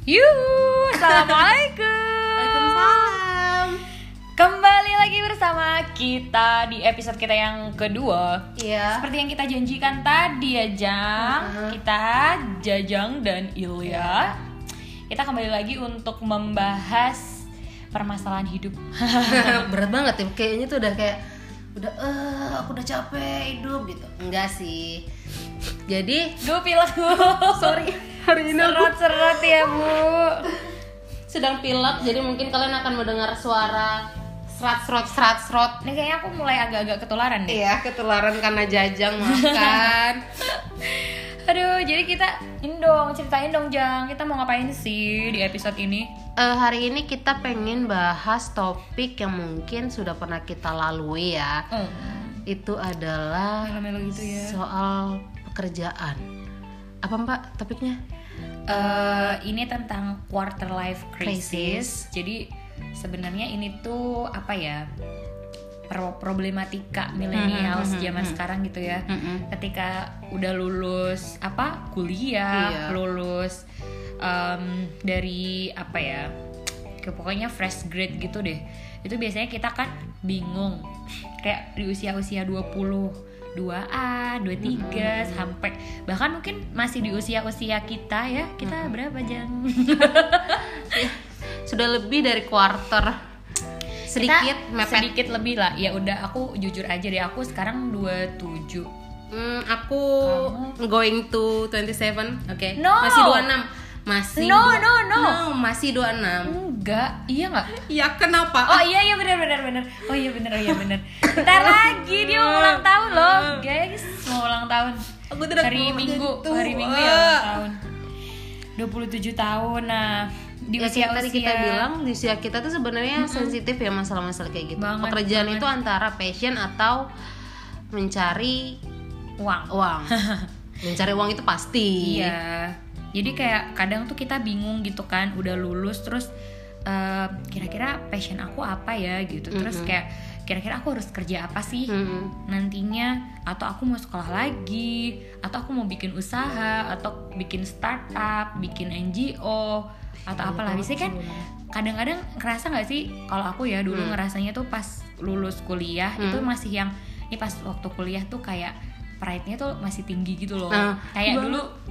Assalamualaikum. Waalaikumsalam. Kembali lagi bersama kita di episode kita yang kedua. Iya. Seperti yang kita janjikan tadi ya, Jang. Kita Jajang dan Ilya. Kita kembali lagi untuk membahas permasalahan hidup. Berat banget ya, kayaknya tuh aku udah capek hidup gitu. Enggak sih. Jadi, Pilek Bu. sorry, hari ini aku Serot-serot ya, Bu. sedang pilek, jadi mungkin kalian akan mendengar suara serat. Ini kayaknya aku mulai agak-agak ketularan deh. Iya, ketularan karena Jajang makan. Aduh, jadi kita ceritain dong Jang, kita mau ngapain sih di episode ini? Hari ini kita pengen bahas topik yang mungkin sudah pernah kita lalui ya. Itu adalah Melo-melo gitu ya. soal pekerjaan. Apa Mbak topiknya? Ini tentang quarter life crisis. Jadi sebenarnya ini tuh apa ya? Problematika millennials zaman sekarang gitu ya. Ketika udah lulus kuliah, lulus dari pokoknya fresh grade gitu deh. Itu biasanya kita kan bingung kayak di usia-usia 22A, 23 sampai bahkan mungkin masih di usia-usia kita ya. Kita berapa Jang? Sudah lebih dari quarter. Sedikit lebih lah. Ya udah, aku jujur aja deh, aku sekarang 27. Aku going to 27. Oke. No. Masih 26. Masih 26. Enggak, iya enggak? Ya kenapa? Oh iya benar. Oh iya benar. Bentar lagi dia mau ulang tahun loh, guys. Mau ulang tahun. Aku tidak hari mau Minggu jadi tua. ya ulang tahun. 27 tahun. Nah, di usia tadi kita bilang di usia kita tuh sebenarnya sensitif ya masalah-masalah kayak gitu. Banget. Pekerjaan itu antara passion atau mencari uang. Mencari uang itu pasti. Iya. Jadi kayak kadang tuh kita bingung gitu kan, udah lulus terus kira-kira passion aku apa ya gitu. Terus kayak kira-kira aku harus kerja apa sih nantinya, atau aku mau sekolah lagi, atau aku mau bikin usaha, atau bikin startup, bikin NGO atau apalah. Biasanya kan kadang-kadang ngerasa nggak sih, kalau aku ya dulu ngerasanya tuh pas lulus kuliah itu masih yang ini pas waktu kuliah tuh kayak pride-nya tuh masih tinggi gitu loh. Kayak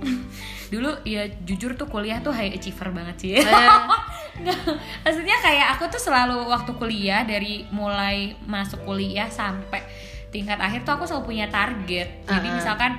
dulu ya jujur tuh kuliah tuh high achiever banget sih. Maksudnya kayak aku tuh selalu waktu kuliah, dari mulai masuk kuliah sampai tingkat akhir tuh aku selalu punya target. Jadi misalkan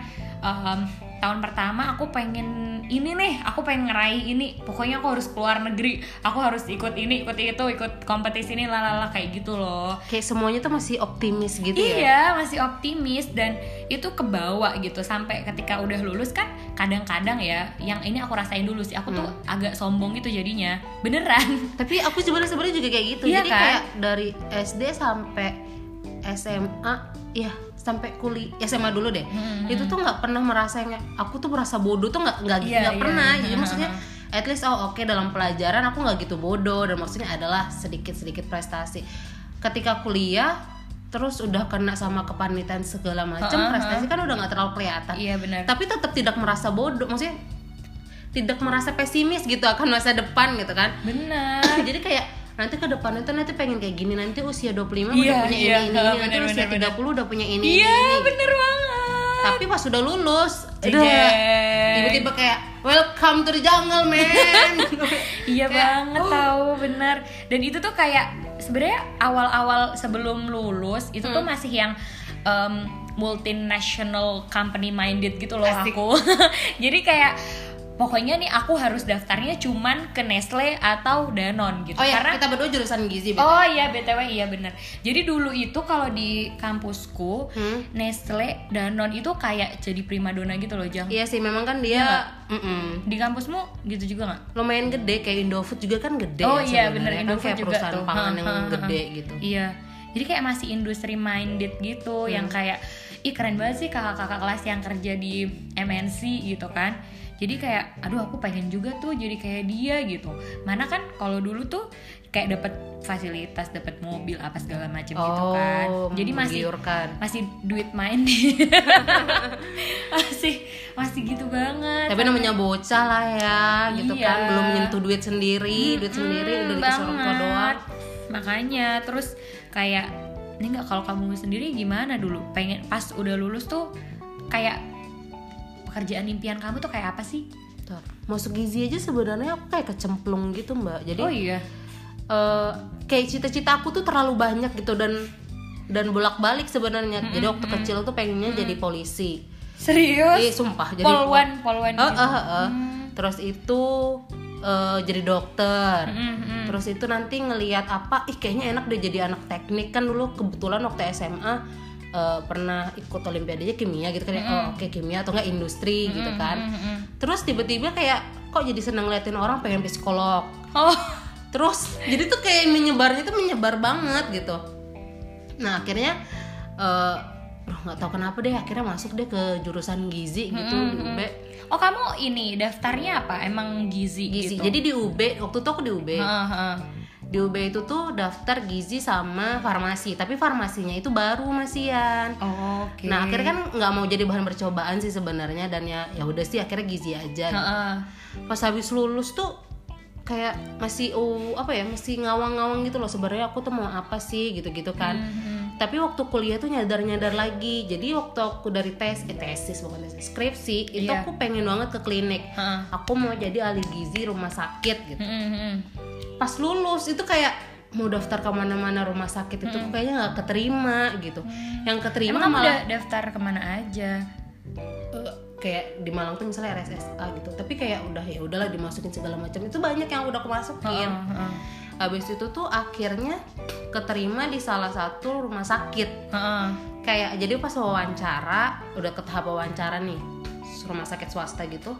tahun pertama aku pengen ini nih, aku pengen ngeraih ini, pokoknya aku harus keluar negeri, aku harus ikut ini, ikut itu, ikut kompetisi ini, lalala, kayak gitu loh. Kayak semuanya tuh masih optimis gitu ya. Iya, masih optimis, dan itu kebawa gitu sampai ketika udah lulus kan kadang-kadang ya, yang ini aku rasain dulu sih, aku tuh agak sombong gitu jadinya, beneran. Tapi aku sebenarnya juga kayak gitu. Iya Jadi kan? kayak dari SD sampai SMA, ya sampai kuliah SMA dulu deh. Itu tuh nggak pernah merasa yang aku tuh merasa bodoh tuh nggak pernah. Jadi maksudnya at least oke, dalam pelajaran aku nggak gitu bodoh, dan maksudnya adalah sedikit prestasi. Ketika kuliah terus udah kena sama kepanitiaan segala macam, prestasi kan udah nggak terlalu kelihatan. Iya benar. Tapi tetap tidak merasa bodoh, maksudnya tidak merasa pesimis gitu akan masa depan gitu kan. Benar. Jadi kayak nanti ke depan itu nanti pengen kayak gini, nanti usia 25 udah punya ini, nanti usia 30 udah punya ini. Iya, bener banget. Tapi pas udah lulus, Jeng. tiba-tiba kayak welcome to the jungle, man. Iya banget, tahu benar. Dan itu tuh kayak sebenarnya awal-awal sebelum lulus itu tuh masih yang multinational company minded gitu loh. Asik. Aku. Jadi kayak pokoknya nih aku harus daftarnya cuman ke Nestle atau Danone gitu. Oh ya, karena kita berdua jurusan gizi. BTW. Oh iya, BTW iya bener. Jadi dulu itu kalau di kampusku Nestle, Danone itu kayak jadi primadona gitu loh, Jang. Iya sih, memang kan dia Di kampusmu gitu juga nggak? lumayan gede, kayak Indofood juga kan gede. Oh ya, iya bener, sebenarnya. Indofood kan kayak juga perusahaan tuh. pangan yang gede gitu. Iya. Jadi kayak masih industri minded gitu, yang kayak keren banget sih kakak-kakak kelas yang kerja di MNC gitu kan. Jadi kayak aduh aku pengen juga tuh jadi kayak dia gitu. Mana kan kalau dulu tuh kayak dapat fasilitas, dapat mobil apa segala macam gitu kan. Jadi masih duit main masih gitu banget. Tapi namanya bocah lah ya, gitu kan, belum menyentuh duit sendiri udah dikasih orang tua doang. Makanya terus kayak ini nggak, kalau kamu sendiri gimana dulu? Pengen pas udah lulus tuh kayak pekerjaan impian kamu tuh kayak apa sih? Masuk gizi aja sebenarnya aku kayak kecemplung gitu Mbak. Jadi kayak cita-cita aku tuh terlalu banyak gitu dan bolak-balik sebenarnya. Jadi waktu kecil tuh pengennya jadi polisi. Serius? Sumpah. Jadi polwan gitu. Terus itu jadi dokter. Terus itu nanti ngelihat apa, kayaknya enak deh jadi anak teknik. Kan dulu kebetulan waktu SMA pernah ikut olimpiadanya kimia gitu kan. Oke, kimia atau enggak industri gitu kan. Terus tiba-tiba kayak kok jadi seneng ngeliatin orang pengen psikolog. Terus jadi tuh kayak menyebar banget gitu. Nah akhirnya nggak tahu kenapa deh akhirnya masuk deh ke jurusan gizi gitu di UB. Oh kamu ini daftarnya apa? Emang gizi gitu? Jadi di UB, waktu itu aku di UB. Di UB itu tuh daftar gizi sama farmasi, tapi farmasinya itu baru Masian. Oke. Nah akhirnya kan nggak mau jadi bahan percobaan sih sebenarnya, dan ya udah sih akhirnya gizi aja. Gitu. Pas habis lulus tuh kayak masih masih ngawang-ngawang gitu loh sebenarnya aku tuh mau apa sih gitu kan. Tapi waktu kuliah tuh nyadar lagi. Jadi waktu aku dari skripsi itu aku pengen banget ke klinik. Aku mau jadi ahli gizi rumah sakit gitu. Pas lulus itu kayak mau daftar kemana-mana rumah sakit itu kayaknya nggak keterima gitu. Yang keterima emang malah udah daftar kemana aja? Kayak di Malang tuh misalnya RSSA gitu. Tapi kayak udahlah dimasukin segala macam. Itu banyak yang udah aku masukin. Habis itu tuh akhirnya keterima di salah satu rumah sakit. Kayak jadi pas wawancara, udah ke tahap wawancara nih, rumah sakit swasta gitu.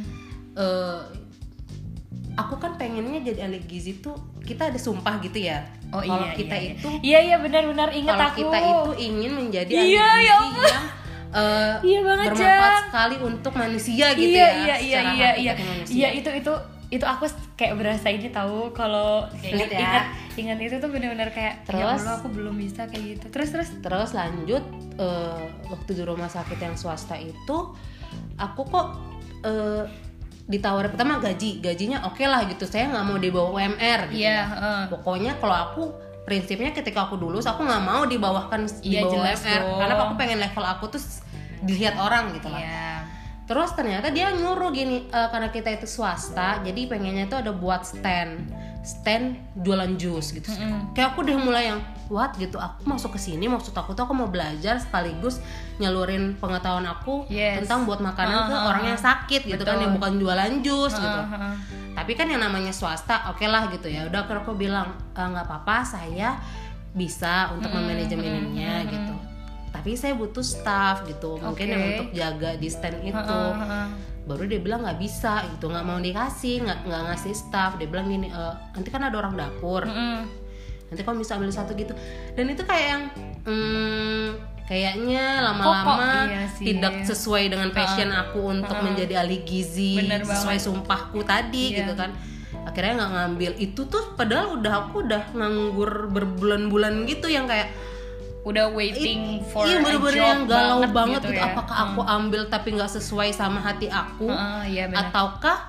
Aku kan pengennya jadi ahli gizi tuh kita ada sumpah gitu ya. Kalau kita itu benar-benar ingat aku. Kalau kita itu ingin menjadi ahli gizi yang bermanfaat sekali untuk manusia gitu Iya itu aku kayak berasa ini tahu kalau ingat itu tuh benar-benar kayak terus, ya Allah aku belum bisa kayak gitu. Terus lanjut waktu di rumah sakit yang swasta itu aku kok ditawarin pertama gajinya oke lah gitu, saya nggak mau di bawah UMR gitu pokoknya kalau aku prinsipnya ketika aku lulus aku nggak mau di bawah UMR karena aku pengen level aku tuh dilihat orang gitu lah. Terus ternyata dia nyuruh gini, karena kita itu swasta, jadi pengennya tuh ada buat stand jualan jus gitu. Kayak aku udah mulai yang what gitu, aku masuk ke sini maksud aku tuh aku mau belajar sekaligus nyalurin pengetahuan aku tentang buat makanan ke orang yang sakit gitu. Betul. Kan, yang bukan jualan jus gitu. Tapi kan yang namanya swasta, oke lah gitu ya. Udah aku bilang nggak apa-apa, saya bisa untuk memanajemennya gitu. Tapi saya butuh staff gitu, mungkin yang untuk jaga di stand itu. Baru dia bilang nggak bisa gitu, nggak mau dikasih, nggak ngasih staff. Dia bilang gini, nanti kan ada orang dapur, nanti kamu bisa ambil satu gitu. Dan itu kayak yang kayaknya lama-lama tidak sesuai dengan passion aku untuk menjadi ahli gizi. Sesuai sumpahku tadi gitu kan. Akhirnya nggak ngambil itu tuh, padahal aku udah nganggur berbulan-bulan gitu, yang kayak udah waiting for a job yang galau banget gitu ya. Apakah aku ambil tapi nggak sesuai sama hati aku, ataukah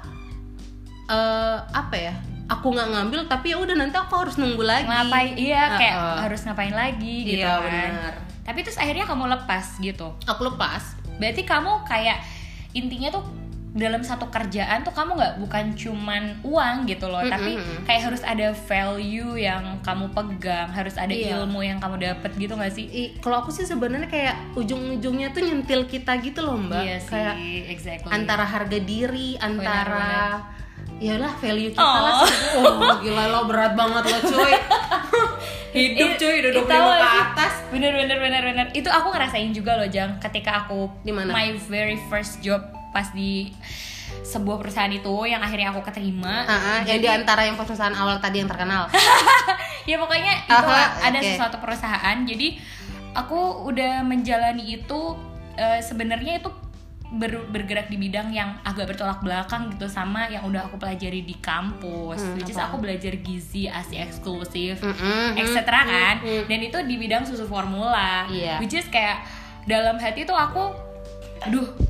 aku nggak ngambil tapi ya udah nanti aku harus nunggu lagi. Kayak harus ngapain lagi gitu kan. Benar. Tapi terus akhirnya kamu lepas gitu. Aku lepas. Berarti kamu kayak intinya tuh dalam satu kerjaan tuh kamu bukan cuman uang gitu loh, tapi kayak harus ada value yang kamu pegang, harus ada ilmu yang kamu dapet gitu nggak sih? Kalau aku sih sebenarnya kayak ujung-ujungnya tuh nyentil kita gitu loh Mbak. Iya kayak sih, exactly. Antara harga diri, antara yalah value kita lah. Gila lo, berat banget lo cuy. Hidup cuy, udah 25 ke atas. Bener. Itu aku ngerasain juga loh Jang, ketika aku dimana? My very first job pas di sebuah perusahaan itu yang akhirnya aku keterima. Yang diantara yang perusahaan awal tadi yang terkenal. Ya pokoknya itu ada sesuatu perusahaan. Jadi aku udah menjalani itu sebenarnya itu bergerak di bidang yang agak bertolak belakang gitu sama yang udah aku pelajari di kampus. Which is aku belajar gizi, ASI eksklusif, etc. kan. Dan itu di bidang susu formula. Which is kayak dalam hati tuh aku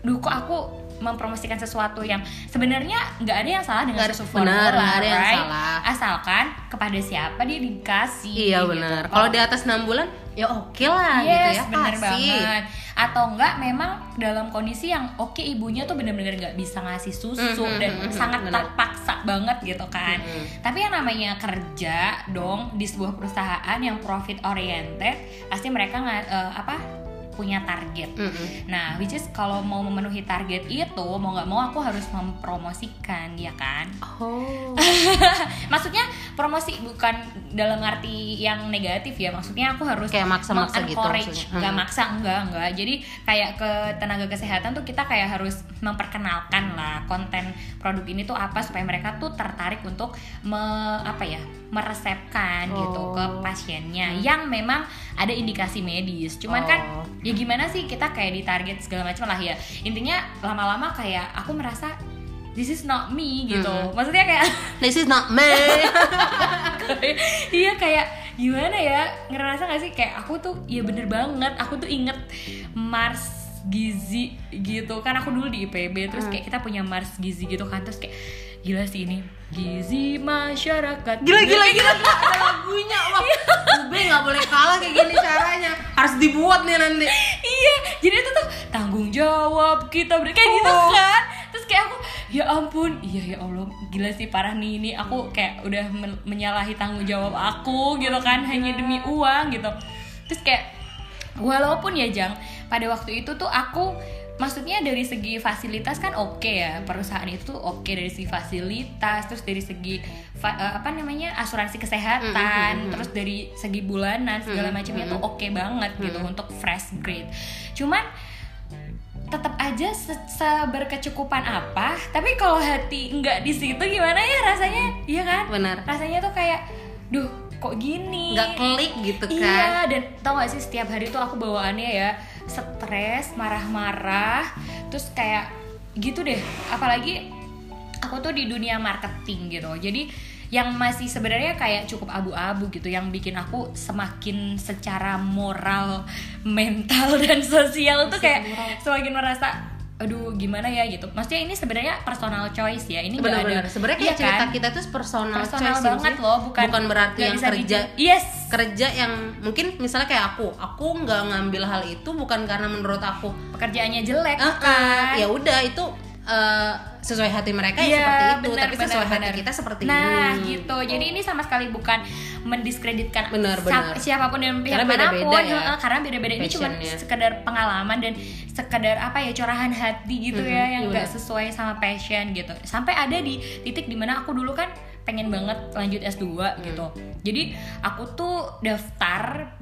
kok aku mempromosikan sesuatu yang sebenarnya nggak ada yang salah dengan susu formula, nggak ada yang right? salah. Asalkan kepada siapa dia dikasih. Iya benar. Kalau di atas 6 bulan ya oke lah yes, gitu ya, bener kasih. banget. Atau enggak memang dalam kondisi yang oke, ibunya tuh benar-benar nggak bisa ngasih susu dan sangat terpaksa banget gitu kan. Tapi yang namanya kerja dong di sebuah perusahaan yang profit oriented, pasti mereka punya target. Nah, which is kalau mau memenuhi target itu mau nggak mau aku harus mempromosikan, ya kan? Oh. Maksudnya promosi bukan dalam arti yang negatif ya. Maksudnya aku harus kayak maksa-maksa gitu encourage, nggak maksa, enggak. Jadi kayak ke tenaga kesehatan tuh kita kayak harus memperkenalkan lah konten produk ini tuh apa supaya mereka tuh tertarik untuk meresepkan gitu ke pasiennya yang memang ada indikasi medis. Cuman kan ya gimana sih kita kayak ditarget segala macam lah ya. Intinya lama-lama kayak aku merasa this is not me gitu. Maksudnya kayak this is not me. Iya kayak gimana ya, ngerasa gak sih kayak aku tuh ya bener banget. Aku tuh inget Mars Gizi gitu kan, aku dulu di IPB terus kayak kita punya Mars Gizi gitu kan, terus kayak gila sih ini gizi masyarakat. Gila ada lagunya. Wah, UB nggak boleh kalah kayak gini caranya. Harus dibuat nih nanti. Iya, jadi itu tuh tanggung jawab kita kayak gitu kan. Terus kayak aku ya ampun, iya ya Allah, gila sih parah nih ini aku kayak udah menyalahi tanggung jawab aku gitu kan hanya demi uang gitu. Terus kayak walaupun ya Jang, pada waktu itu tuh aku maksudnya dari segi fasilitas kan oke ya, perusahaan itu oke dari segi fasilitas, terus dari segi asuransi kesehatan, terus dari segi bulanan segala macamnya tuh oke banget gitu untuk fresh grade. Cuman tetap aja seberkecukupan apa, tapi kalau hati nggak di situ gimana ya rasanya, iya kan? Benar. Rasanya tuh kayak, duh kok gini? Nggak klik gitu kan? Iya, dan tau gak sih setiap hari tuh aku bawaannya ya stres, marah-marah, terus kayak gitu deh. Apalagi aku tuh di dunia marketing gitu, jadi yang masih sebenarnya kayak cukup abu-abu gitu, yang bikin aku semakin secara moral, mental dan sosial tuh kayak semakin merasa aduh gimana ya gitu. Maksudnya ini sebenarnya personal choice ya, ini nggak ada sebenarnya kayak cerita kita tuh personal choice banget loh, bukan berarti yang kerja kerja yang mungkin misalnya kayak aku nggak ngambil hal itu bukan karena menurut aku pekerjaannya jelek kan, ya udah itu sesuai hati mereka ya seperti itu, tapi sesuai hati kita seperti ini. Nah gitu, jadi ini sama sekali bukan mendiskreditkan siapapun dan pihak manapun ya. Karena beda-beda, ini cuma sekedar pengalaman dan sekedar curahan hati gitu ya, yang nggak sesuai sama passion gitu. Sampai ada di titik dimana aku dulu kan pengen banget lanjut S2 gitu. Jadi aku tuh daftar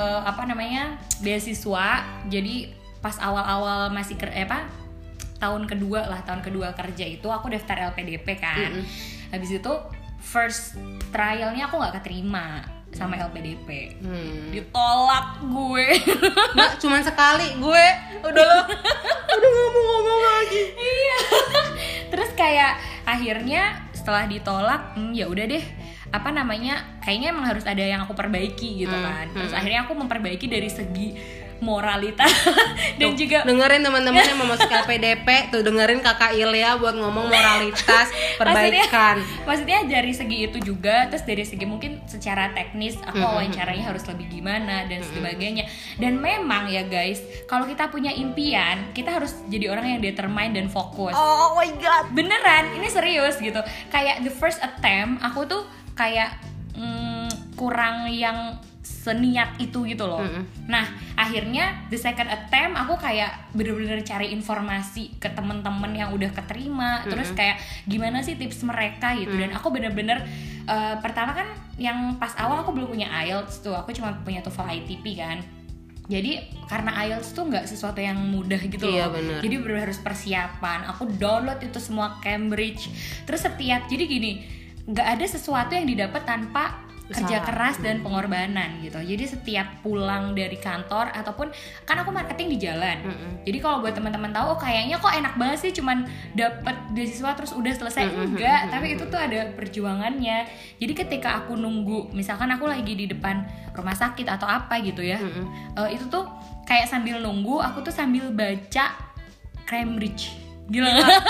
beasiswa. Jadi pas awal-awal masih tahun kedua kerja itu aku daftar LPDP kan. Habis itu first trialnya aku nggak keterima sama LPDP. Ditolak gue. Nggak cuman sekali gue udah ngomong lagi. Iya. Terus kayak akhirnya setelah ditolak ya udah deh, kayaknya emang harus ada yang aku perbaiki gitu kan. Terus akhirnya aku memperbaiki dari segi moralitas dan juga dengerin teman-teman yang mau masuk LPDP tuh, dengerin Kakak Ilya buat ngomong moralitas perbaikan. Maksudnya dari segi itu juga, terus dari segi mungkin secara teknis aku wawancaranya harus lebih gimana dan sebagainya. Dan memang ya guys, kalau kita punya impian, kita harus jadi orang yang determined dan fokus. Oh my god, beneran, ini serius gitu. Kayak the first attempt aku tuh kayak kurang yang seniat itu gitu loh. Nah akhirnya the second attempt aku kayak bener-bener cari informasi ke temen-temen yang udah keterima, terus kayak gimana sih tips mereka gitu. Dan aku bener-bener pertama kan yang pas awal aku belum punya IELTS tuh, aku cuma punya TOEFL ITP kan. Jadi karena IELTS tuh nggak sesuatu yang mudah gitu loh. Bener. Jadi bener harus persiapan. Aku download itu semua Cambridge. Terus jadi gini, nggak ada sesuatu yang didapat tanpa kerja keras dan pengorbanan gitu. Jadi setiap pulang dari kantor ataupun kan aku marketing di jalan. Jadi kalau buat teman-teman tahu, kayaknya kok enak banget sih cuman dapat beasiswa terus udah selesai. Enggak, tapi itu tuh ada perjuangannya. Jadi ketika aku nunggu, misalkan aku lagi di depan rumah sakit atau apa gitu ya, itu tuh kayak sambil nunggu aku tuh sambil baca Cambridge. Gila.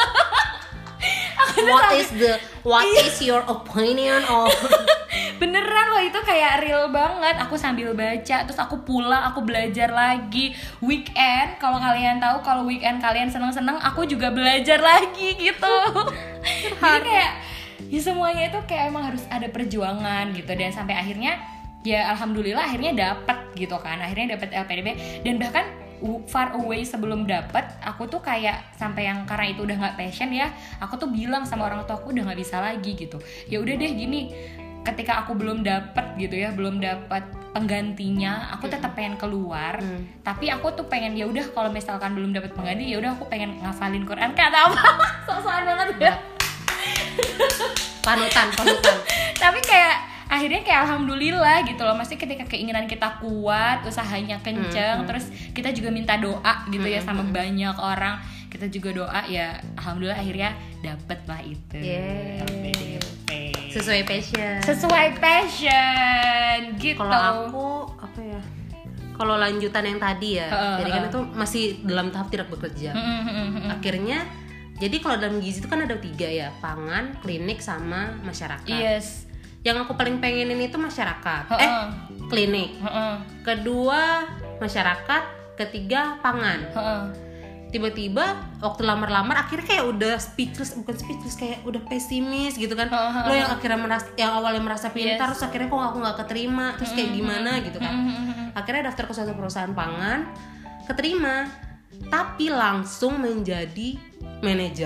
What is your opinion of? Beneran loh, itu kayak real banget. Aku sambil baca, terus aku pulang, aku belajar lagi. Weekend, kalau kalian tahu, kalau weekend kalian seneng-seneng, aku juga belajar lagi gitu. Jadi kayak ya semuanya itu kayak emang harus ada perjuangan gitu. Dan sampai akhirnya ya alhamdulillah akhirnya dapet gitu kan. Akhirnya dapet LPDP. Dan bahkan far away sebelum dapet, aku tuh kayak sampai yang karena itu udah nggak passion ya, aku tuh bilang sama orang tua aku udah nggak bisa lagi gitu. Ya udah deh gini, ketika aku belum dapet gitu ya, belum dapet penggantinya, aku tetap pengen keluar. Tapi aku tuh pengen ya udah kalau misalkan belum dapet pengganti, ya udah aku pengen ngafalin Quran kata apa? Sok-sokan banget ya. Panutan. Tapi kayak akhirnya kayak alhamdulillah gitu loh. Maksudnya ketika keinginan kita kuat, usahanya kenceng, terus kita juga minta doa gitu ya sama banyak orang, kita juga doa, ya alhamdulillah akhirnya dapet lah itu. LPDP. Sesuai passion gitu. Kalau aku apa ya, kalau lanjutan yang tadi ya, jadi kan itu masih dalam tahap tidak bekerja. Akhirnya jadi kalau dalam gizi itu kan ada 3 ya, pangan, klinik, sama masyarakat. Yes. Yang aku paling pengenin itu masyarakat, klinik. Kedua masyarakat, ketiga pangan. Tiba-tiba waktu lamar-lamar akhirnya kayak udah bukan speechless, kayak udah pesimis gitu kan. Lo yang akhirnya awalnya merasa pintar, terus akhirnya kok aku nggak keterima, terus kayak gimana gitu kan. Akhirnya daftar ke suatu perusahaan pangan, keterima, tapi langsung menjadi manajer.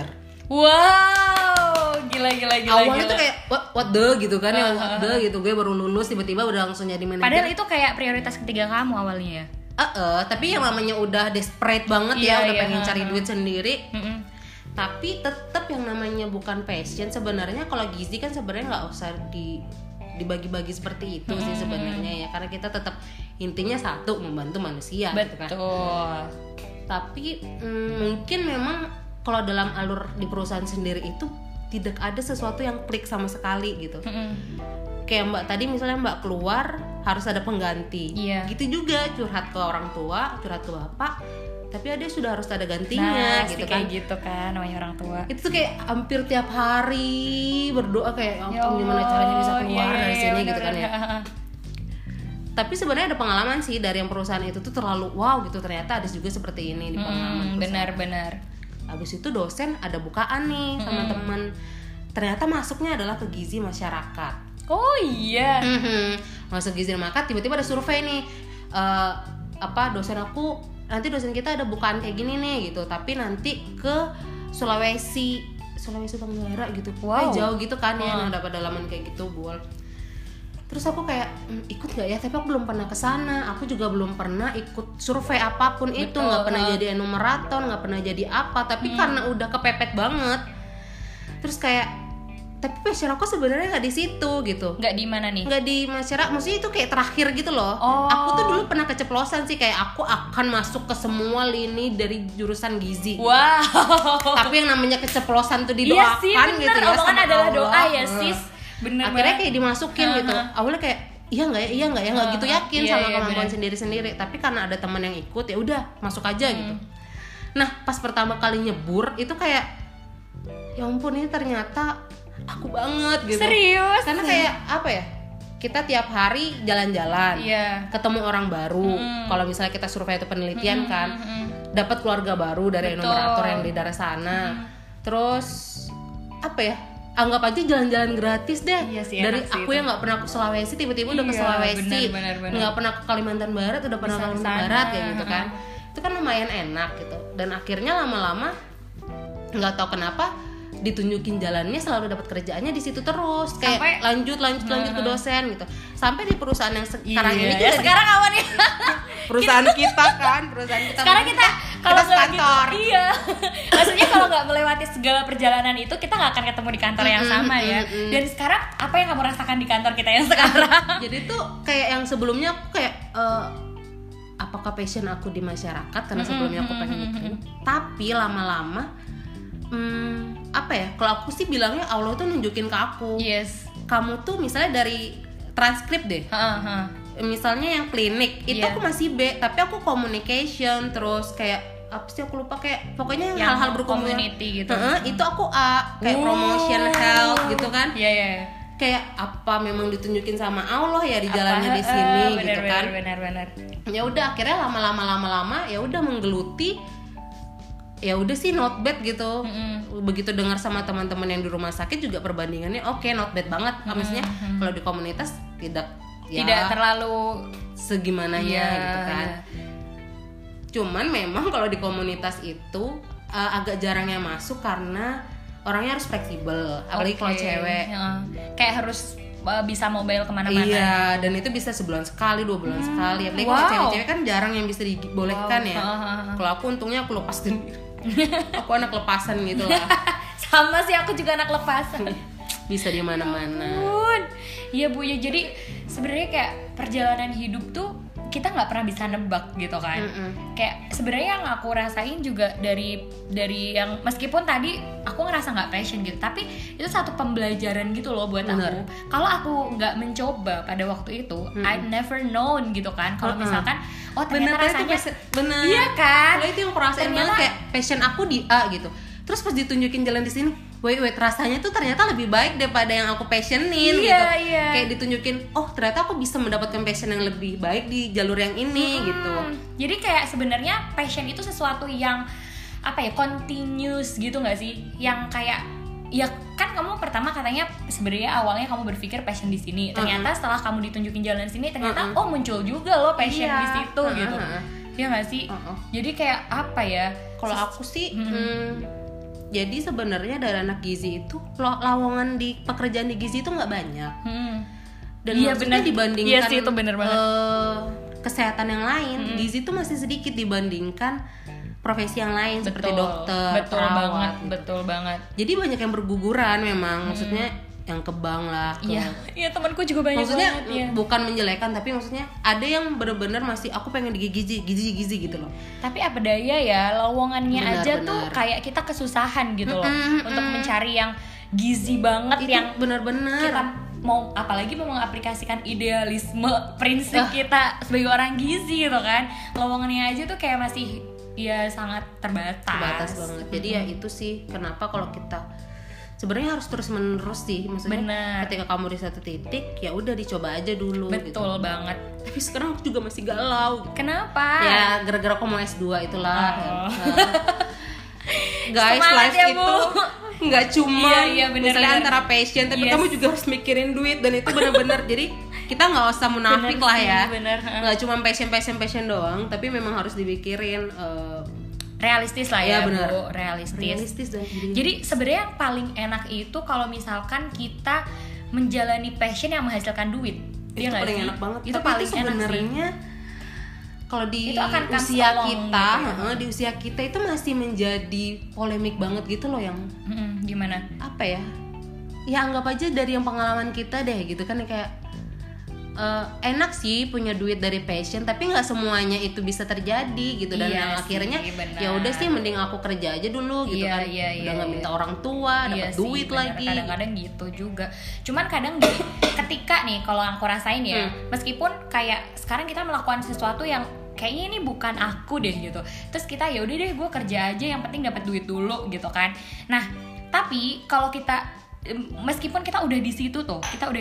Wow, gila. Awalnya tuh kayak what the gitu kan, ya what the gitu, gue baru lulus tiba-tiba udah langsung jadi manajer. Padahal itu kayak prioritas ketiga kamu awalnya ya. Tapi yang namanya udah desperate banget ya, udah pengen cari duit sendiri. Tapi tetap yang namanya bukan passion sebenarnya. Kalau gizi kan sebenarnya nggak usah dibagi-bagi seperti itu sih sebenarnya ya, karena kita tetap intinya satu, membantu manusia. Betul. Gitu kan. Tapi mungkin memang kalau dalam alur di perusahaan sendiri itu tidak ada sesuatu yang klik sama sekali gitu. Kayak Mbak tadi misalnya Mbak keluar harus ada pengganti. Gitu juga, curhat ke orang tua, curhat ke bapak, tapi ada sudah harus ada gantinya gitu kan. Kayak gitu kan namanya orang tua. Itu tuh kayak hampir tiap hari berdoa kayak gimana caranya bisa keluar dari sini gitu kan ya. Tapi sebenarnya ada pengalaman sih dari yang perusahaan itu tuh terlalu wow gitu, ternyata ada juga seperti ini di pengalaman. Benar. Habis itu dosen ada bukaan nih sama teman, ternyata masuknya adalah ke gizi masyarakat. Oh iya. Masuk gizi masyarakat, tiba-tiba ada survei nih, dosen dosen kita ada bukaan kayak gini nih gitu, tapi nanti ke Sulawesi Tenggara gitu. Wow. Jauh gitu kan ya, ada pedalaman kayak gitu, bual. Terus aku kayak ikut nggak ya? Tapi aku belum pernah kesana. Aku juga belum pernah ikut survei apapun. Betul, itu nggak pernah jadi enumerator, nggak pernah jadi apa. Tapi karena udah kepepet banget. Terus kayak, tapi passion aku sebenarnya nggak di situ gitu. Nggak di mana nih? Nggak di masyarakat. Maksudnya itu kayak terakhir gitu loh. Aku tuh dulu pernah keceplosan sih, kayak aku akan masuk ke semua lini dari jurusan gizi. Wow. Tapi yang namanya keceplosan tuh didoakan. Iya sih, bener, gitu ya. Omongan adalah doa ya sis. Bener akhirnya kayak dimasukin gitu. Awalnya kayak iya nggak ya nggak gitu yakin sama kemampuan sendiri. Tapi karena ada teman yang ikut, ya udah masuk aja gitu. Nah pas pertama kali nyebur itu kayak ya ampun, ini ternyata aku banget gitu. Serius? Karena kayak apa ya, kita tiap hari jalan-jalan, ketemu orang baru. Kalau misalnya kita survei atau penelitian kan, dapat keluarga baru dari enumerator yang di daerah sana. Terus apa ya, anggap aja jalan-jalan gratis deh. Dari aku yang nggak pernah ke Sulawesi tiba-tiba udah ke Sulawesi, nggak pernah ke Kalimantan Barat udah pernah ke Kalimantan Barat kayak gitu kan. Itu kan lumayan enak gitu. Dan akhirnya lama-lama nggak tahu kenapa ditunjukin jalannya, selalu dapat kerjaannya di situ terus, kayak sampai lanjut ke dosen gitu. Sampai di perusahaan yang sekarang ini juga sekarang apa nih? perusahaan kita sekarang kita kalau kantor gitu, maksudnya kalau nggak melewati segala perjalanan itu kita nggak akan ketemu di kantor yang sama ya. Dan sekarang apa yang kamu rasakan di kantor kita yang sekarang? Jadi tuh kayak yang sebelumnya aku kayak apakah passion aku di masyarakat, karena sebelumnya aku pengen bikin, tapi lama-lama apa ya, kalau aku sih bilangnya Allah tuh nunjukin ke aku, kamu tuh misalnya dari transkrip deh, misalnya yang klinik itu aku masih B, tapi aku communication, terus kayak apa sih aku lupa, kayak pokoknya yang hal-hal berkomunitas community gitu. Itu aku A, kayak promotion health gitu kan. Iya. Kayak apa memang ditunjukin sama Allah ya di jalannya di sini gitu kan. Benar. Ya udah akhirnya lama-lama ya udah menggeluti. Ya udah sih not bad gitu. Begitu dengar sama teman-teman yang di rumah sakit juga perbandingannya oke, not bad banget. Maksudnya kalau di komunitas tidak terlalu segimananya gitu kan. Cuman memang kalau di komunitas itu agak jarang yang masuk karena orangnya harus fleksibel, apalagi kalau cewek. Kayak harus bisa mobile kemana-mana. Iya, dan itu bisa sebulan sekali, 2 bulan sekali. Apalagi kalau cewek-cewek kan jarang yang bisa dibolehkan ya. Kalau aku untungnya aku lepas sendiri. Aku anak lepasan gitu lah. Sama sih, aku juga anak lepasan. Bisa di mana-mana. Iya Bu, ya jadi sebenarnya kayak perjalanan hidup tuh kita nggak pernah bisa nebak gitu kan. Kayak sebenarnya yang aku rasain juga dari yang meskipun tadi aku ngerasa nggak passion gitu, tapi itu satu pembelajaran gitu loh buat aku. Kalau aku nggak mencoba pada waktu itu, I'd never known gitu kan. Kalau misalkan ternyata rasanya bener. Iya kan. Kalau itu yang aku rasain banget, kayak passion aku di A gitu. Terus pas ditunjukin jalan di sini, wait rasanya tuh ternyata lebih baik daripada yang aku passionin gitu. Kayak ditunjukin, ternyata aku bisa mendapatkan passion yang lebih baik di jalur yang ini gitu. Jadi kayak sebenarnya passion itu sesuatu yang continuous gitu nggak sih? Yang kayak ya kan kamu pertama katanya sebenarnya awalnya kamu berpikir passion di sini, ternyata setelah kamu ditunjukin jalan sini ternyata muncul juga loh passion di situ gitu. Iya nggak sih? Jadi kayak apa ya? Kalau aku sih jadi sebenarnya dari anak gizi itu lowongan di pekerjaan di gizi itu nggak banyak. Dan maksudnya dibandingkan sih, itu bener banget. Kesehatan yang lain, gizi itu masih sedikit dibandingkan profesi yang lain seperti dokter, perawat. Betul banget. Jadi banyak yang berguguran memang, maksudnya yang ke bank lah. Iya temanku juga banyak. Maksudnya banget, bukan menjelekan, tapi maksudnya ada yang benar-benar masih aku pengen di gizi gitu loh. Tapi apa daya ya, lowongannya aja tuh kayak kita kesusahan gitu loh untuk mencari yang gizi banget, itu yang benar-benar kita mau, apalagi mau mengaplikasikan idealisme prinsip kita sebagai orang gizi gitu kan. Lowongannya aja tuh kayak masih sangat terbatas banget. Jadi ya itu sih kenapa kalau kita sebenarnya harus terus menerus sih, maksudnya ketika kamu di satu titik ya udah dicoba aja dulu. Betul gitu banget. Tapi sekarang aku juga masih galau. Kenapa? Ya gara-gara aku mau S2 itulah. Guys, semangat life ya, itu nggak cuma misalnya antara passion, tapi kamu juga harus mikirin duit, dan itu benar-benar jadi kita nggak usah munafik lah ya. Nggak cuma passion doang, tapi memang harus dipikirin. Realistis lah ya, bener. Bu, realistis dan jadi sebenarnya yang paling enak itu kalau misalkan kita menjalani passion yang menghasilkan duit. Itu paling enak banget. Itu paling itu sebenarnya kalau di usia kita gitu ya. Di usia kita itu masih menjadi polemik banget gitu loh, yang gimana? Apa ya? Ya anggap aja dari yang pengalaman kita deh gitu kan, kayak enak sih punya duit dari passion, tapi nggak semuanya itu bisa terjadi gitu. Dan akhirnya ya udah sih mending aku kerja aja dulu gitu kan. Udah nggak minta orang tua, dapat duit lagi. Kadang-kadang gitu juga. Cuman kadang ketika nih kalau aku rasain ya, meskipun kayak sekarang kita melakukan sesuatu yang kayaknya ini bukan aku deh gitu, terus kita ya udah deh gue kerja aja, yang penting dapat duit dulu gitu kan. Nah tapi kalau kita meskipun kita udah di situ,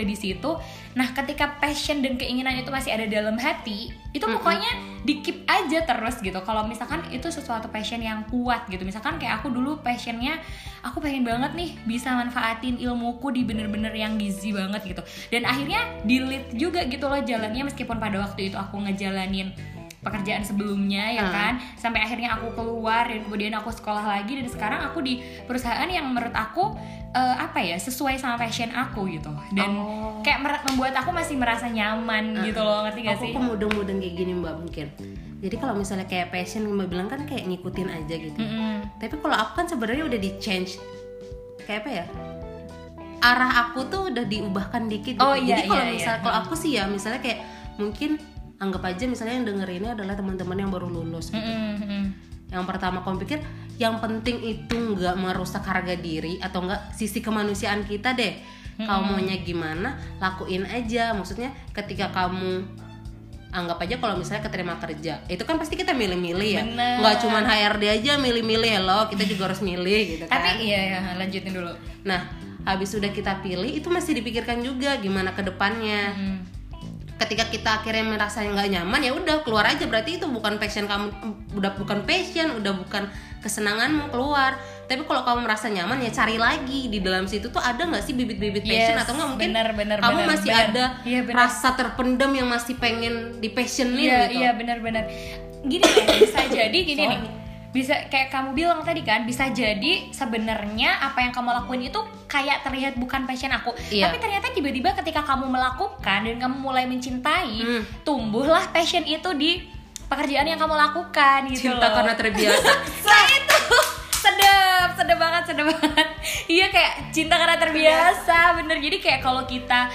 nah ketika passion dan keinginan itu masih ada dalam hati, itu pokoknya di keep aja terus gitu. Kalau misalkan itu sesuatu passion yang kuat gitu, misalkan kayak aku dulu passionnya, aku pengen banget nih bisa manfaatin ilmuku di bener-bener yang gizi banget gitu, dan akhirnya di-lead juga gitu loh jalannya, meskipun pada waktu itu aku ngejalanin pekerjaan sebelumnya ya kan, sampai akhirnya aku keluar dan kemudian aku sekolah lagi, dan sekarang aku di perusahaan yang menurut aku sesuai sama passion aku gitu, dan kayak membuat aku masih merasa nyaman gitu loh, ngerti gak sih? Aku mudeng-mudeng kayak gini Mbak mungkin. Jadi kalau misalnya kayak passion Mbak bilang kan kayak ngikutin aja gitu. Tapi kalau aku kan sebenarnya udah di change, kayak apa ya? Arah aku tuh udah diubahkan dikit gitu. Jadi kalau misalnya kalau aku sih ya misalnya kayak mungkin anggap aja misalnya yang dengerinnya adalah teman-teman yang baru lulus gitu. Yang pertama kamu pikir yang penting itu nggak merusak harga diri atau nggak sisi kemanusiaan kita deh. Kamu maunya gimana, lakuin aja. Maksudnya ketika kamu anggap aja kalau misalnya keterima kerja, itu kan pasti kita milih-milih ya. Bener. Nggak cuma HRD aja milih-milih, hello, kita juga harus milih gitu kan. Tapi iya lanjutin dulu. Nah, habis sudah kita pilih, itu masih dipikirkan juga gimana ke depannya. Ketika kita akhirnya merasa nggak nyaman, ya udah keluar aja, berarti itu bukan passion kamu, udah bukan passion, udah bukan kesenanganmu, keluar. Tapi kalau kamu merasa nyaman, ya cari lagi di dalam situ tuh ada nggak sih bibit-bibit passion, atau nggak mungkin kamu masih ada rasa terpendam yang masih pengen di passionin gitu. Iya benar. Gini ya, bisa jadi gini nih. Bisa kayak kamu bilang tadi kan, bisa jadi sebenarnya apa yang kamu lakuin itu kayak terlihat bukan passion aku, tapi ternyata tiba-tiba ketika kamu melakukan dan kamu mulai mencintai, tumbuhlah passion itu di pekerjaan yang kamu lakukan gitu. Cinta karena terbiasa. Nah itu sedap banget. Iya, kayak cinta karena terbiasa, bener. Jadi kayak kalau kita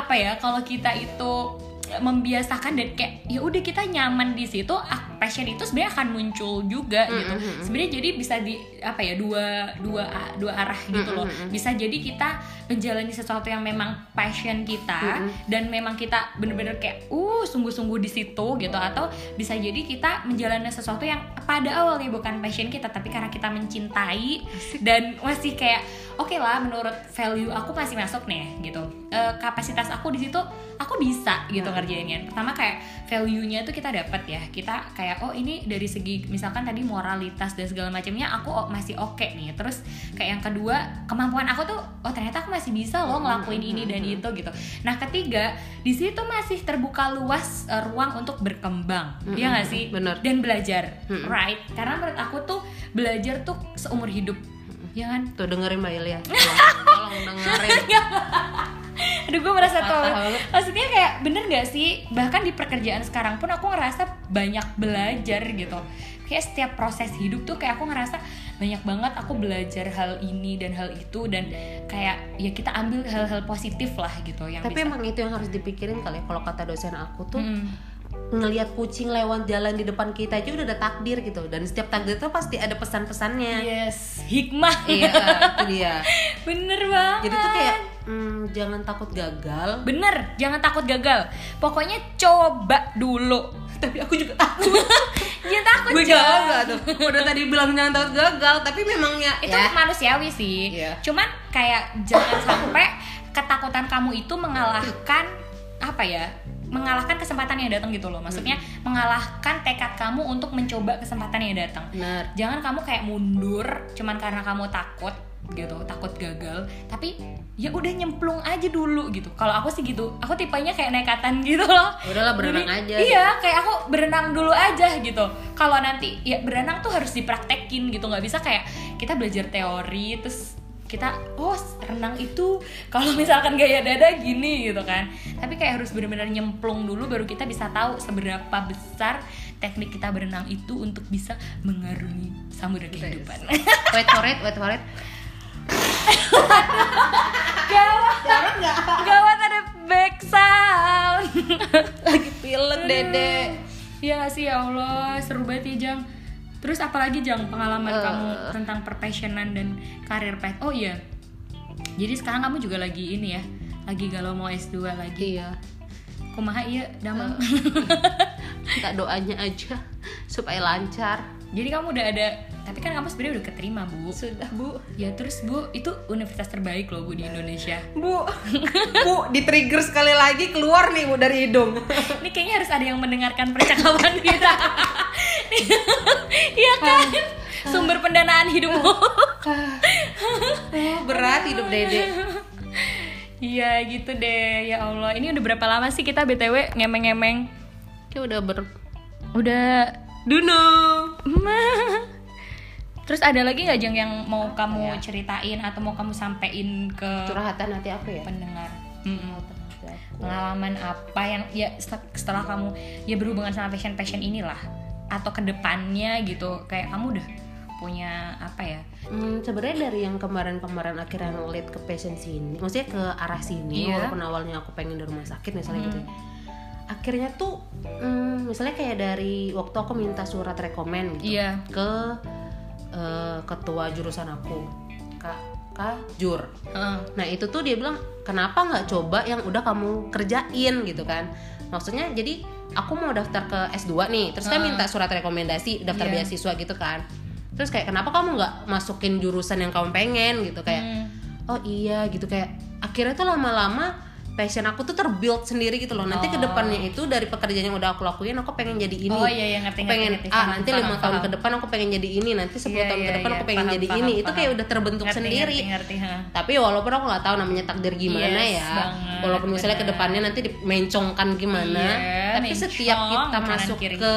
itu membiasakan dan kayak ya udah kita nyaman di situ, passion itu sebenarnya akan muncul juga gitu. Sebenarnya jadi bisa di dua arah gitu loh. Bisa jadi kita menjalani sesuatu yang memang passion kita dan memang kita bener-bener kayak sungguh-sungguh di situ gitu, atau bisa jadi kita menjalani sesuatu yang pada awalnya bukan passion kita, tapi karena kita mencintai dan masih kayak oke lah, menurut value aku masih masuk nih gitu. Kapasitas aku di situ aku bisa gitu ngerjainnya. Pertama kayak value-nya tuh kita dapat ya. Kita kayak ini dari segi misalkan tadi moralitas dan segala macamnya aku masih oke nih. Terus kayak yang kedua, kemampuan aku tuh ternyata aku masih bisa loh ngelakuin ini dan itu gitu. Nah, ketiga, di situ masih terbuka luas ruang untuk berkembang. Iya enggak sih? Bener. Dan belajar. Right? Karena menurut aku tuh belajar tuh seumur hidup. Ya kan? Tuh dengerin Mbak Ilya. Tolong dengerin. Aduh, gue merasa tua. Maksudnya kayak bener gak sih? Bahkan di pekerjaan sekarang pun aku ngerasa banyak belajar gitu. Kayak setiap proses hidup tuh kayak aku ngerasa banyak banget aku belajar hal ini dan hal itu. Dan kayak ya kita ambil hal-hal positif lah gitu yang tapi bisa. Emang itu yang harus dipikirin kali ya. Kalau kata dosen aku tuh ngelihat kucing lewat jalan di depan kita aja udah ada takdir gitu. Dan setiap takdir tuh pasti ada pesan-pesannya. Yes, hikmah. Iya, itu dia. Bener banget. Jadi tuh kayak jangan takut gagal. Bener, jangan takut gagal. Pokoknya coba dulu. Tapi aku juga takut. Jangan takut. Gue gagal tuh. Udah tadi bilang jangan takut gagal, tapi memang itu manusiawi sih. Cuman kayak jangan sampai ketakutan kamu itu mengalahkan mengalahkan kesempatan yang datang gitu loh. Maksudnya mengalahkan tekad kamu untuk mencoba kesempatan yang datang. Benar. Jangan kamu kayak mundur cuman karena kamu takut gitu, takut gagal. Tapi ya udah nyemplung aja dulu gitu. Kalau aku sih gitu. Aku tipenya kayak nekatan gitu loh. Udahlah berenang aja. Iya, kayak aku berenang dulu aja gitu. Kalau nanti ya berenang tuh harus dipraktekin gitu. Nggak bisa kayak kita belajar teori terus kita renang itu kalau misalkan gaya dada gini gitu kan. Tapi kayak harus benar-benar nyemplung dulu baru kita bisa tahu seberapa besar teknik kita berenang itu untuk bisa mengarungi samudra kehidupan. Wait for it. Gawat ada back sound. Lagi pilek Dede. Ya sih, ya Allah, seru banget ya Jang. Terus apalagi Jang pengalaman kamu tentang perpassionan dan karir path? Oh iya, jadi sekarang kamu juga lagi ini ya, lagi galau mau S2 lagi. Iya. Kumaha iya damang. Minta doanya aja supaya lancar. Jadi kamu udah ada, tapi kan kamu sebenarnya udah keterima Bu. Sudah Bu. Ya terus Bu, itu universitas terbaik loh Bu di Indonesia. Bu, di trigger sekali lagi keluar nih Bu dari hidung. Ini kayaknya harus ada yang mendengarkan percakapan kita. Iya kan? Sumber pendanaan hidupmu. Berat hidup Dede. Iya gitu deh, ya Allah. Ini udah berapa lama sih kita BTW ngemeng-ngemeng? Kayak udah Duno. Terus ada lagi nggak Jang yang mau kamu ceritain atau mau kamu sampein ke curhatan hati aku ya? Pendengar. Pengalaman apa yang ya setelah kamu ya berhubungan sama passion inilah atau kedepannya gitu, kayak kamu udah punya apa ya? Sebenarnya dari yang kemarin akhirnya ngeliat ke passion sini, maksudnya ke arah sini, walaupun awalnya aku pengen di rumah sakit misalnya gitu ya. Akhirnya tuh misalnya kayak dari waktu aku minta surat rekomen gitu ke ketua jurusan aku, Kak Jur. Nah itu tuh dia bilang kenapa nggak coba yang udah kamu kerjain gitu kan. Maksudnya jadi aku mau daftar ke S2 nih, terus kan minta surat rekomendasi daftar beasiswa gitu kan. Terus kayak kenapa kamu nggak masukin jurusan yang kamu pengen gitu, kayak oh iya gitu, kayak akhirnya tuh lama-lama passion aku tuh terbuild sendiri gitu loh. Nanti kedepannya itu dari pekerjaan yang udah aku lakuin, aku pengen jadi ini. Ngerti, pengen ngerti. Nanti 5 tahun ke depan aku pengen jadi ini, nanti 10 tahun ke depan aku pengen jadi ini. Itu kayak udah terbentuk sendiri. Ngerti. Tapi walaupun aku nggak tahu namanya takdir gimana banget, walaupun misalnya ke depannya nanti dimencongkan gimana, tapi setiap kita masuk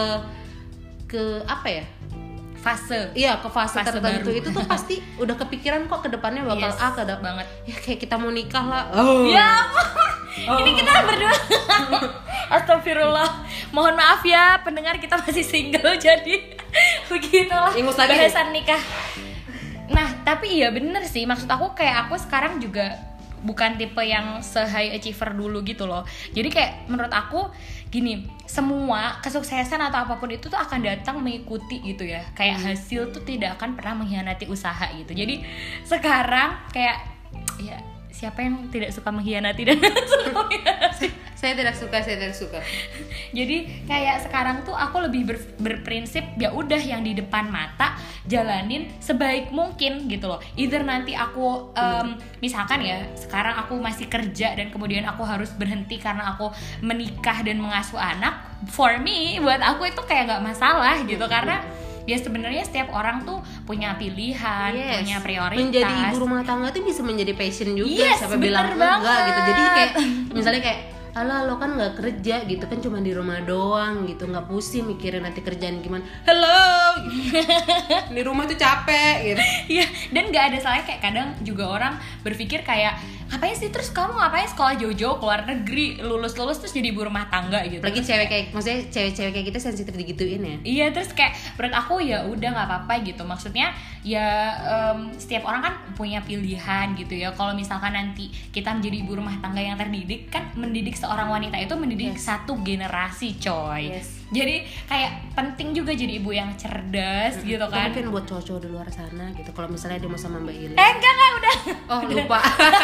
ke apa ya? Fase ke fase tertentu baru. Itu tuh pasti udah kepikiran kok ke depannya bakal banget. Ya kayak kita mau nikah lah. Ya. Ini kita berdua. Astagfirullah. Mohon maaf ya pendengar, kita masih single jadi begitulah bahasan nikah. Nah, tapi iya bener sih, maksud aku kayak aku sekarang juga bukan tipe yang se-high achiever dulu gitu loh. Jadi kayak menurut aku gini, semua kesuksesan atau apapun itu tuh akan datang mengikuti gitu ya. Kayak hasil tuh tidak akan pernah mengkhianati usaha gitu. Jadi sekarang kayak ya siapa yang tidak suka mengkhianati dan suka mengkhianati? Saya tidak suka. Jadi kayak sekarang tuh aku lebih berprinsip ya udah yang di depan mata jalanin sebaik mungkin gitu loh. Either nanti aku misalkan ya sekarang aku masih kerja dan kemudian aku harus berhenti karena aku menikah dan mengasuh anak. For me, buat aku itu kayak nggak masalah gitu karena ya sebenarnya setiap orang tuh punya pilihan, punya prioritas. Menjadi ibu rumah tangga tuh bisa menjadi passion juga. Siapa bilang enggak gitu. Jadi kayak misalnya kayak alah lo kan nggak kerja gitu kan, cuma di rumah doang gitu, nggak pusing mikirin nanti kerjaan gimana. Hello gitu. Di rumah tuh capek gitu. Iya, dan nggak ada salahnya kayak kadang juga orang berpikir kayak ngapain sih, terus kamu ngapain sekolah jauh-jauh keluar negeri, lulus terus jadi ibu rumah tangga gitu. Lagi cewek kayak, maksudnya cewek-cewek kayak kita sensitif digituin ya. Iya, terus kayak menurut aku ya udah nggak apa-apa gitu. Maksudnya ya setiap orang kan punya pilihan gitu ya. Kalau misalkan nanti kita menjadi ibu rumah tangga yang terdidik, kan mendidik seorang wanita itu mendidik satu generasi coy. Jadi kayak penting juga jadi ibu yang cerdas gitu kan. Mungkin buat cowok-cowok di luar sana gitu, kalau misalnya dia mau sama Mbak Ili. Enggak udah. Oh lupa.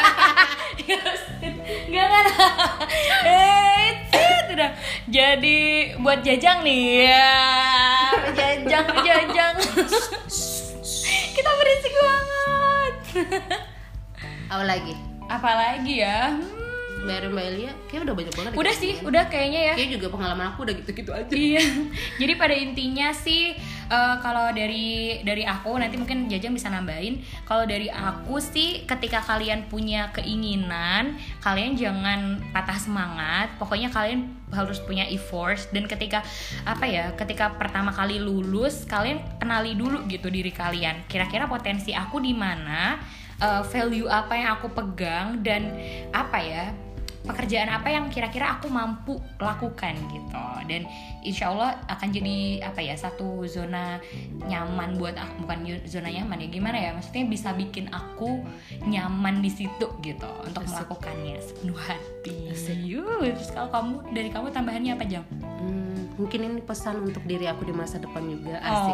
Enggak. Udah. Jadi buat Jajang nih ya. Jajang. Kita berisik banget. Apa lagi ya? Baru Mbak Elia, kayak udah banyak banget. Udah sih, udah kayaknya ya. Kayak juga pengalaman aku udah gitu-gitu aja. Iya. Jadi pada intinya sih kalau dari aku nanti mungkin Jajang bisa nambahin. Kalau dari aku sih, ketika kalian punya keinginan, kalian jangan patah semangat. Pokoknya kalian harus punya effort, dan ketika pertama kali lulus, kalian kenali dulu gitu diri kalian. Kira-kira potensi aku di mana? Value apa yang aku pegang, dan pekerjaan apa yang kira-kira aku mampu lakukan gitu. Dan insya Allah akan jadi satu zona nyaman buat aku. Bukan zona nyaman ya, gimana ya, maksudnya bisa bikin aku nyaman di situ gitu untuk melakukannya sepenuh hati. Terus kalau dari kamu tambahannya apa, Jam? Mungkin ini pesan untuk diri aku di masa depan juga. Asik.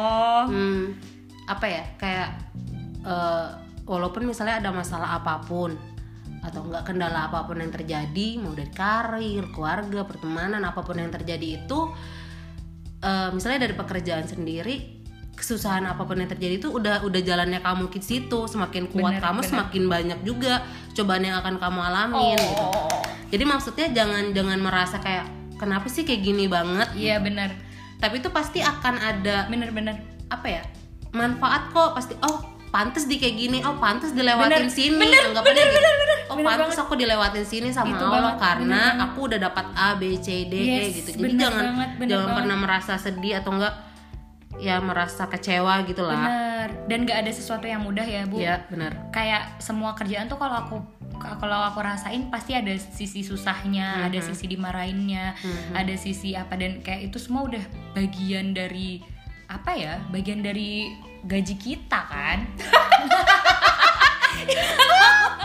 Kayak walaupun misalnya ada masalah apapun atau enggak, kendala apapun yang terjadi, mau dari karir, keluarga, pertemanan, apapun yang terjadi itu, misalnya dari pekerjaan sendiri, kesusahan apapun yang terjadi itu udah jalannya kamu ke situ. Semakin kuat kamu, semakin banyak juga cobaan yang akan kamu alamin gitu. Jadi maksudnya jangan merasa kayak kenapa sih kayak gini banget. Iya benar. Tapi itu pasti akan ada benar manfaat kok pasti. Pantes di kayak gini, pantes dilewatin sini, anggapannya gitu. Pantes aku dilewatin sini sama gitu Allah karena aku udah dapat A, B, C, D, E gitu. Jadi jangan pernah merasa sedih atau enggak ya merasa kecewa gitu lah. Bener. Dan nggak ada sesuatu yang mudah ya, Bu. Iya benar. Kayak semua kerjaan tuh kalau aku rasain pasti ada sisi susahnya, ada sisi dimarahinnya, ada sisi dan kayak itu semua udah bagian dari bagian dari gaji kita kan.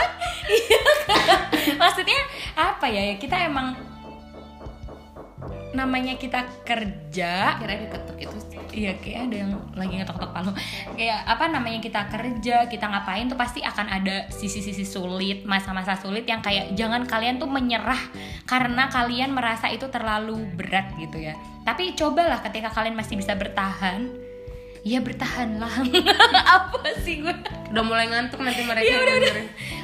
Iya kan? Maksudnya kita emang namanya kita kerja, Kira diketuk itu. iya kayak ada yang lagi ngetok-ngetok palu. Kayak apa namanya kita kerja, kita ngapain tuh pasti akan ada sisi-sisi sulit, masa-masa sulit yang kayak jangan kalian tuh menyerah karena kalian merasa itu terlalu berat gitu ya. Tapi cobalah ketika kalian masih bisa bertahan, ya bertahanlah. Apa sih gue? Udah mulai ngantuk nanti mereka. Ya udah.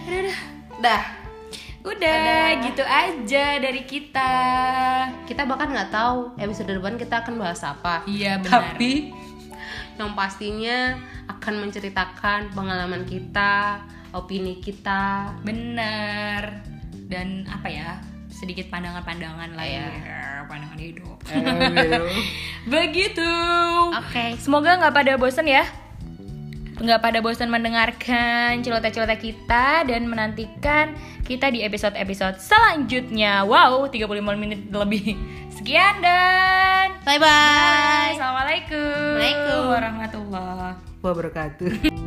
Udah gitu aja dari kita. Kita bahkan nggak tahu episode depan kita akan bahas apa. Iya benar. Tapi yang pastinya akan menceritakan pengalaman kita, opini kita. Bener. Dan apa ya, sedikit pandangan-pandangan lah ya, pandangan hidup. Begitu. Oke. Semoga nggak pada bosan ya, nggak pada bosan mendengarkan celoteh-celoteh kita dan menantikan kita di episode-episode selanjutnya. Wow, 35 menit lebih. Sekian dan Bye-bye. Assalamualaikum Waalaikumsalam warahmatullahi wabarakatuh.